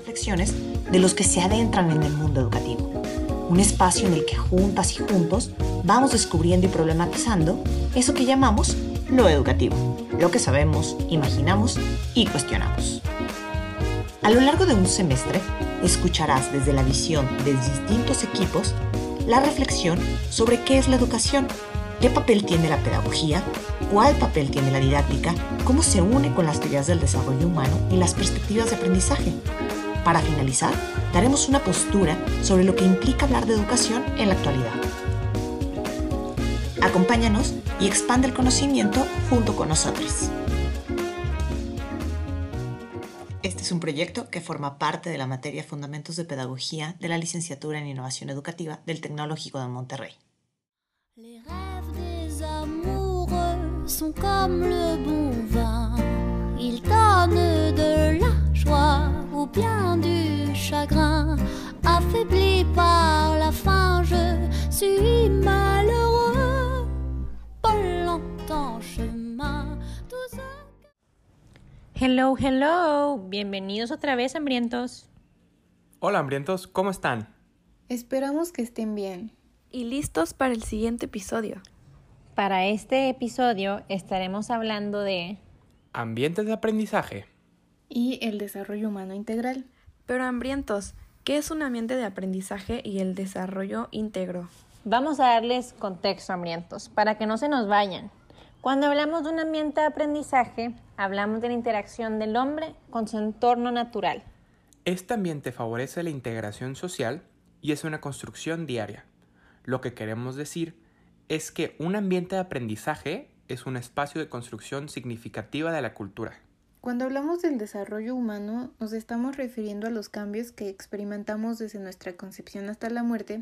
reflexiones de los que se adentran en el mundo educativo. Un espacio en el que juntas y juntos vamos descubriendo y problematizando eso que llamamos lo educativo, lo que sabemos, imaginamos y cuestionamos. A lo largo de un semestre, escucharás desde la visión de distintos equipos la reflexión sobre qué es la educación, qué papel tiene la pedagogía, cuál papel tiene la didáctica, cómo se une con las teorías del desarrollo humano y las perspectivas de aprendizaje. Para finalizar, daremos una postura sobre lo que implica hablar de educación en la actualidad. Acompáñanos y expande el conocimiento junto con nosotros. Este es un proyecto que forma parte de la materia Fundamentos de Pedagogía de la Licenciatura en Innovación Educativa del Tecnológico de Monterrey. Les rêves des amoureux sont comme le bon vin. Ils donnent de la joie ou bien du chagrin. Affaibli par la faim, je suis malheureux. Pas longtemps chemin, tout ça. Hello, hello. Bienvenidos otra vez, hambrientos. Hola, hambrientos, ¿cómo están? Esperamos que estén bien. Y listos para el siguiente episodio. Para este episodio estaremos hablando de Ambientes de aprendizaje. Y el desarrollo humano integral. Pero hambrientos, ¿qué es un ambiente de aprendizaje y el desarrollo íntegro? Vamos a darles contexto, hambrientos, para que no se nos vayan. Cuando hablamos de un ambiente de aprendizaje, hablamos de la interacción del hombre con su entorno natural. Este ambiente favorece la integración social y es una construcción diaria. Lo que queremos decir es que un ambiente de aprendizaje es un espacio de construcción significativa de la cultura. Cuando hablamos del desarrollo humano, nos estamos refiriendo a los cambios que experimentamos desde nuestra concepción hasta la muerte,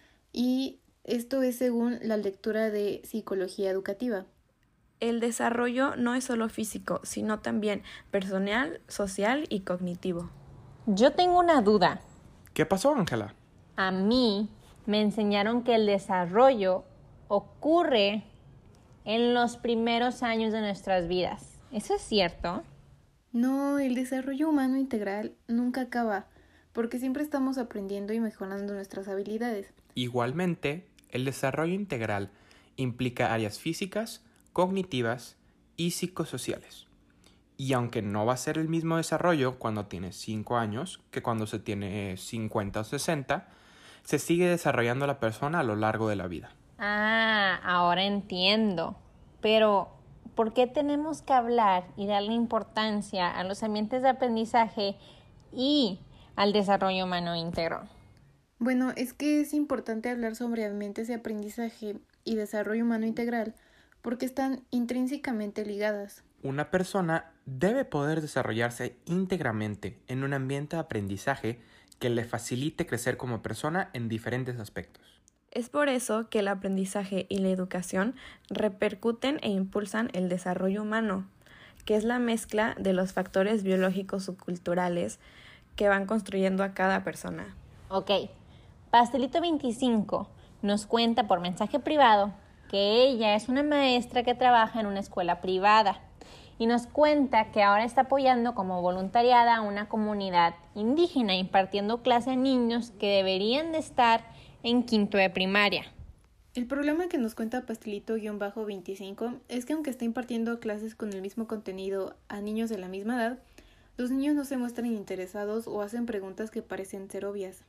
y esto es según la lectura de psicología educativa. El desarrollo no es solo físico, sino también personal, social y cognitivo. Yo tengo una duda. ¿Qué pasó, Ángela? A mí me enseñaron que el desarrollo ocurre en los primeros años de nuestras vidas. ¿Eso es cierto? No, el desarrollo humano integral nunca acaba, porque siempre estamos aprendiendo y mejorando nuestras habilidades. Igualmente, el desarrollo integral implica áreas físicas, cognitivas y psicosociales. Y aunque no va a ser el mismo desarrollo cuando tienes 5 años que cuando se tiene 50 o 60, se sigue desarrollando la persona a lo largo de la vida. Ah, ahora entiendo. Pero, ¿por qué tenemos que hablar y darle importancia a los ambientes de aprendizaje y al desarrollo humano íntegro? Bueno, es que es importante hablar sobre ambientes de aprendizaje y desarrollo humano integral porque están intrínsecamente ligadas. Una persona debe poder desarrollarse íntegramente en un ambiente de aprendizaje que le facilite crecer como persona en diferentes aspectos. Es por eso que el aprendizaje y la educación repercuten e impulsan el desarrollo humano, que es la mezcla de los factores biológicos o culturales que van construyendo a cada persona. Ok, Pastelito 25 nos cuenta por mensaje privado que ella es una maestra que trabaja en una escuela privada y nos cuenta que ahora está apoyando como voluntariada a una comunidad indígena impartiendo clase a niños que deberían de estar en quinto de primaria. El problema que nos cuenta Pastelito-25 es que aunque está impartiendo clases con el mismo contenido a niños de la misma edad, los niños no se muestran interesados o hacen preguntas que parecen ser obvias.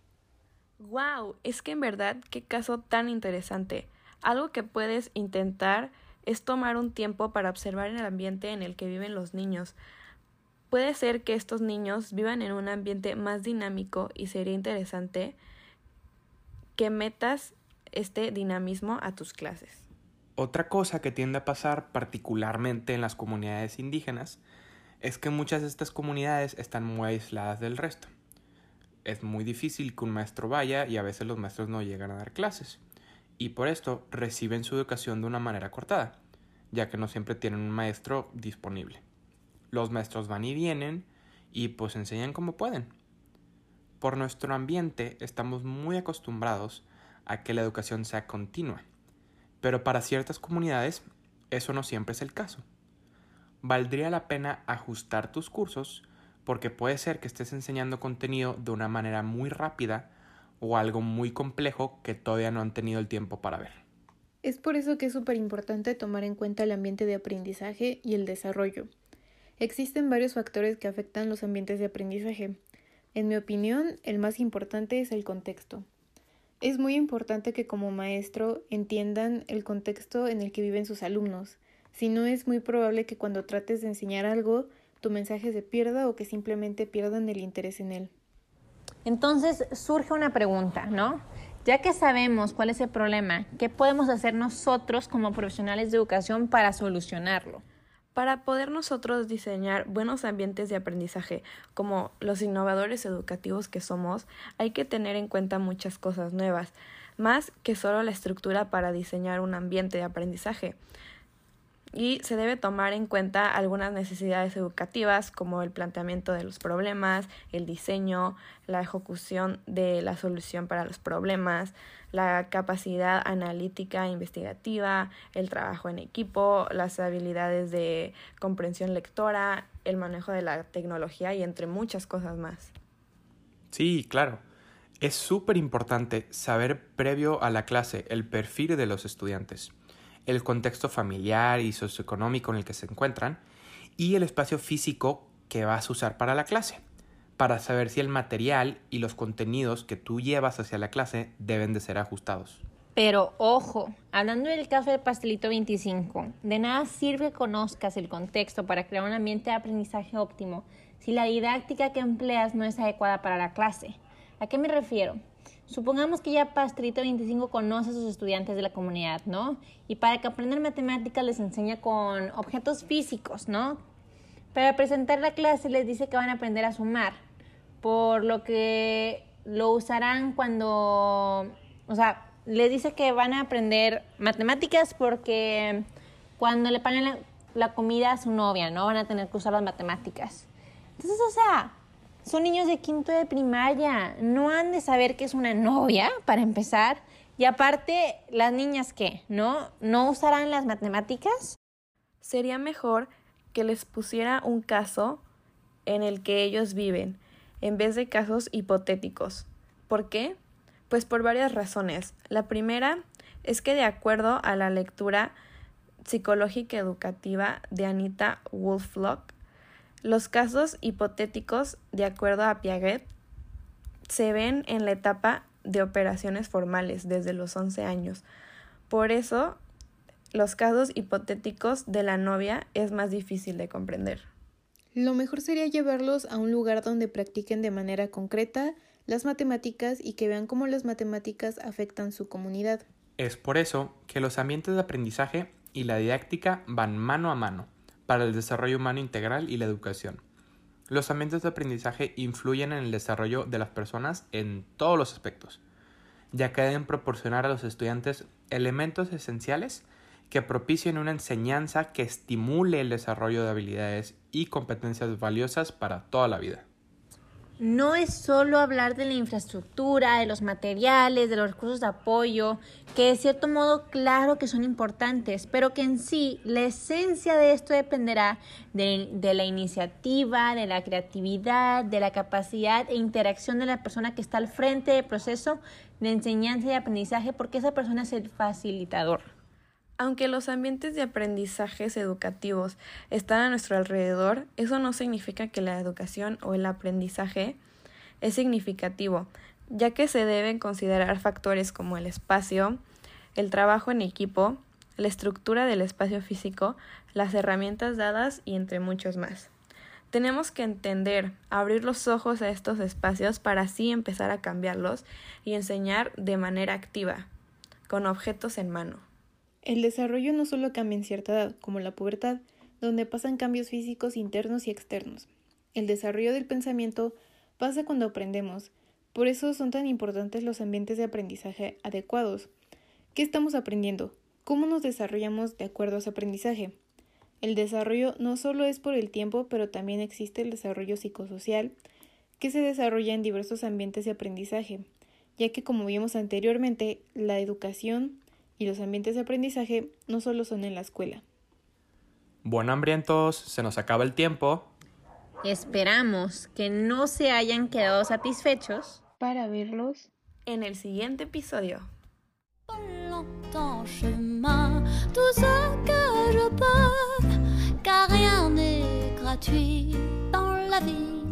¡Wow! Es que en verdad, qué caso tan interesante. Algo que puedes intentar es tomar un tiempo para observar el ambiente en el que viven los niños. Puede ser que estos niños vivan en un ambiente más dinámico y sería interesante que metas este dinamismo a tus clases. Otra cosa que tiende a pasar particularmente en las comunidades indígenas es que muchas de estas comunidades están muy aisladas del resto. Es muy difícil que un maestro vaya y a veces los maestros no llegan a dar clases. Y por esto reciben su educación de una manera cortada, ya que no siempre tienen un maestro disponible. Los maestros van y vienen y pues enseñan como pueden. Por nuestro ambiente estamos muy acostumbrados a que la educación sea continua, pero para ciertas comunidades eso no siempre es el caso. Valdría la pena ajustar tus cursos porque puede ser que estés enseñando contenido de una manera muy rápida o algo muy complejo que todavía no han tenido el tiempo para ver. Es por eso que es súper importante tomar en cuenta el ambiente de aprendizaje y el desarrollo. Existen varios factores que afectan los ambientes de aprendizaje. En mi opinión, el más importante es el contexto. Es muy importante que como maestro entiendan el contexto en el que viven sus alumnos. Si no, es muy probable que cuando trates de enseñar algo, tu mensaje se pierda o que simplemente pierdan el interés en él. Entonces surge una pregunta, ¿no? Ya que sabemos cuál es el problema, ¿qué podemos hacer nosotros como profesionales de educación para solucionarlo? Para poder nosotros diseñar buenos ambientes de aprendizaje, como los innovadores educativos que somos, hay que tener en cuenta muchas cosas nuevas, más que solo la estructura para diseñar un ambiente de aprendizaje. Y se debe tomar en cuenta algunas necesidades educativas como el planteamiento de los problemas, el diseño, la ejecución de la solución para los problemas, la capacidad analítica e investigativa, el trabajo en equipo, las habilidades de comprensión lectora, el manejo de la tecnología y entre muchas cosas más. Sí, claro. Es súper importante saber previo a la clase el perfil de los estudiantes, el contexto familiar y socioeconómico en el que se encuentran y el espacio físico que vas a usar para la clase, para saber si el material y los contenidos que tú llevas hacia la clase deben de ser ajustados. Pero ojo, hablando del caso del pastelito 25, de nada sirve que conozcas el contexto para crear un ambiente de aprendizaje óptimo si la didáctica que empleas no es adecuada para la clase. ¿A qué me refiero? Supongamos que ya Pastelito 25 conoce a sus estudiantes de la comunidad, ¿no? Y para que aprendan matemáticas les enseña con objetos físicos, ¿no? Para presentar la clase les dice que van a aprender a sumar, por lo que lo usarán cuando... les dice que van a aprender matemáticas porque cuando le paguen la comida a su novia, ¿no? Van a tener que usar las matemáticas. Entonces, son niños de quinto de primaria, no han de saber qué es una novia, para empezar. Y aparte, las niñas, ¿qué? ¿No usarán las matemáticas? Sería mejor que les pusiera un caso en el que ellos viven, en vez de casos hipotéticos. ¿Por qué? Pues por varias razones. La primera es que de acuerdo a la lectura psicológica educativa de Anita Woolflock, los casos hipotéticos, de acuerdo a Piaget, se ven en la etapa de operaciones formales desde los 11 años. Por eso, los casos hipotéticos de la novia es más difícil de comprender. Lo mejor sería llevarlos a un lugar donde practiquen de manera concreta las matemáticas y que vean cómo las matemáticas afectan su comunidad. Es por eso que los ambientes de aprendizaje y la didáctica van mano a mano para el desarrollo humano integral y la educación. Los ambientes de aprendizaje influyen en el desarrollo de las personas en todos los aspectos, ya que deben proporcionar a los estudiantes elementos esenciales que propicien una enseñanza que estimule el desarrollo de habilidades y competencias valiosas para toda la vida. No es solo hablar de la infraestructura, de los materiales, de los recursos de apoyo, que de cierto modo claro que son importantes, pero que en sí la esencia de esto dependerá de la iniciativa, de la creatividad, de la capacidad e interacción de la persona que está al frente del proceso de enseñanza y aprendizaje, porque esa persona es el facilitador. Aunque los ambientes de aprendizajes educativos están a nuestro alrededor, eso no significa que la educación o el aprendizaje es significativo, ya que se deben considerar factores como el espacio, el trabajo en equipo, la estructura del espacio físico, las herramientas dadas y entre muchos más. Tenemos que entender, abrir los ojos a estos espacios para así empezar a cambiarlos y enseñar de manera activa, con objetos en mano. El desarrollo no solo cambia en cierta edad, como la pubertad, donde pasan cambios físicos internos y externos. El desarrollo del pensamiento pasa cuando aprendemos. Por eso son tan importantes los ambientes de aprendizaje adecuados. ¿Qué estamos aprendiendo? ¿Cómo nos desarrollamos de acuerdo a ese aprendizaje? El desarrollo no solo es por el tiempo, pero también existe el desarrollo psicosocial, que se desarrolla en diversos ambientes de aprendizaje, ya que, como vimos anteriormente, la educación y los ambientes de aprendizaje no solo son en la escuela. Bueno, hambrientos, se nos acaba el tiempo. Esperamos que no se hayan quedado satisfechos para verlos en el siguiente episodio. Ton chemin, tout ce que je peux, car rien n'est gratuit dans la vie.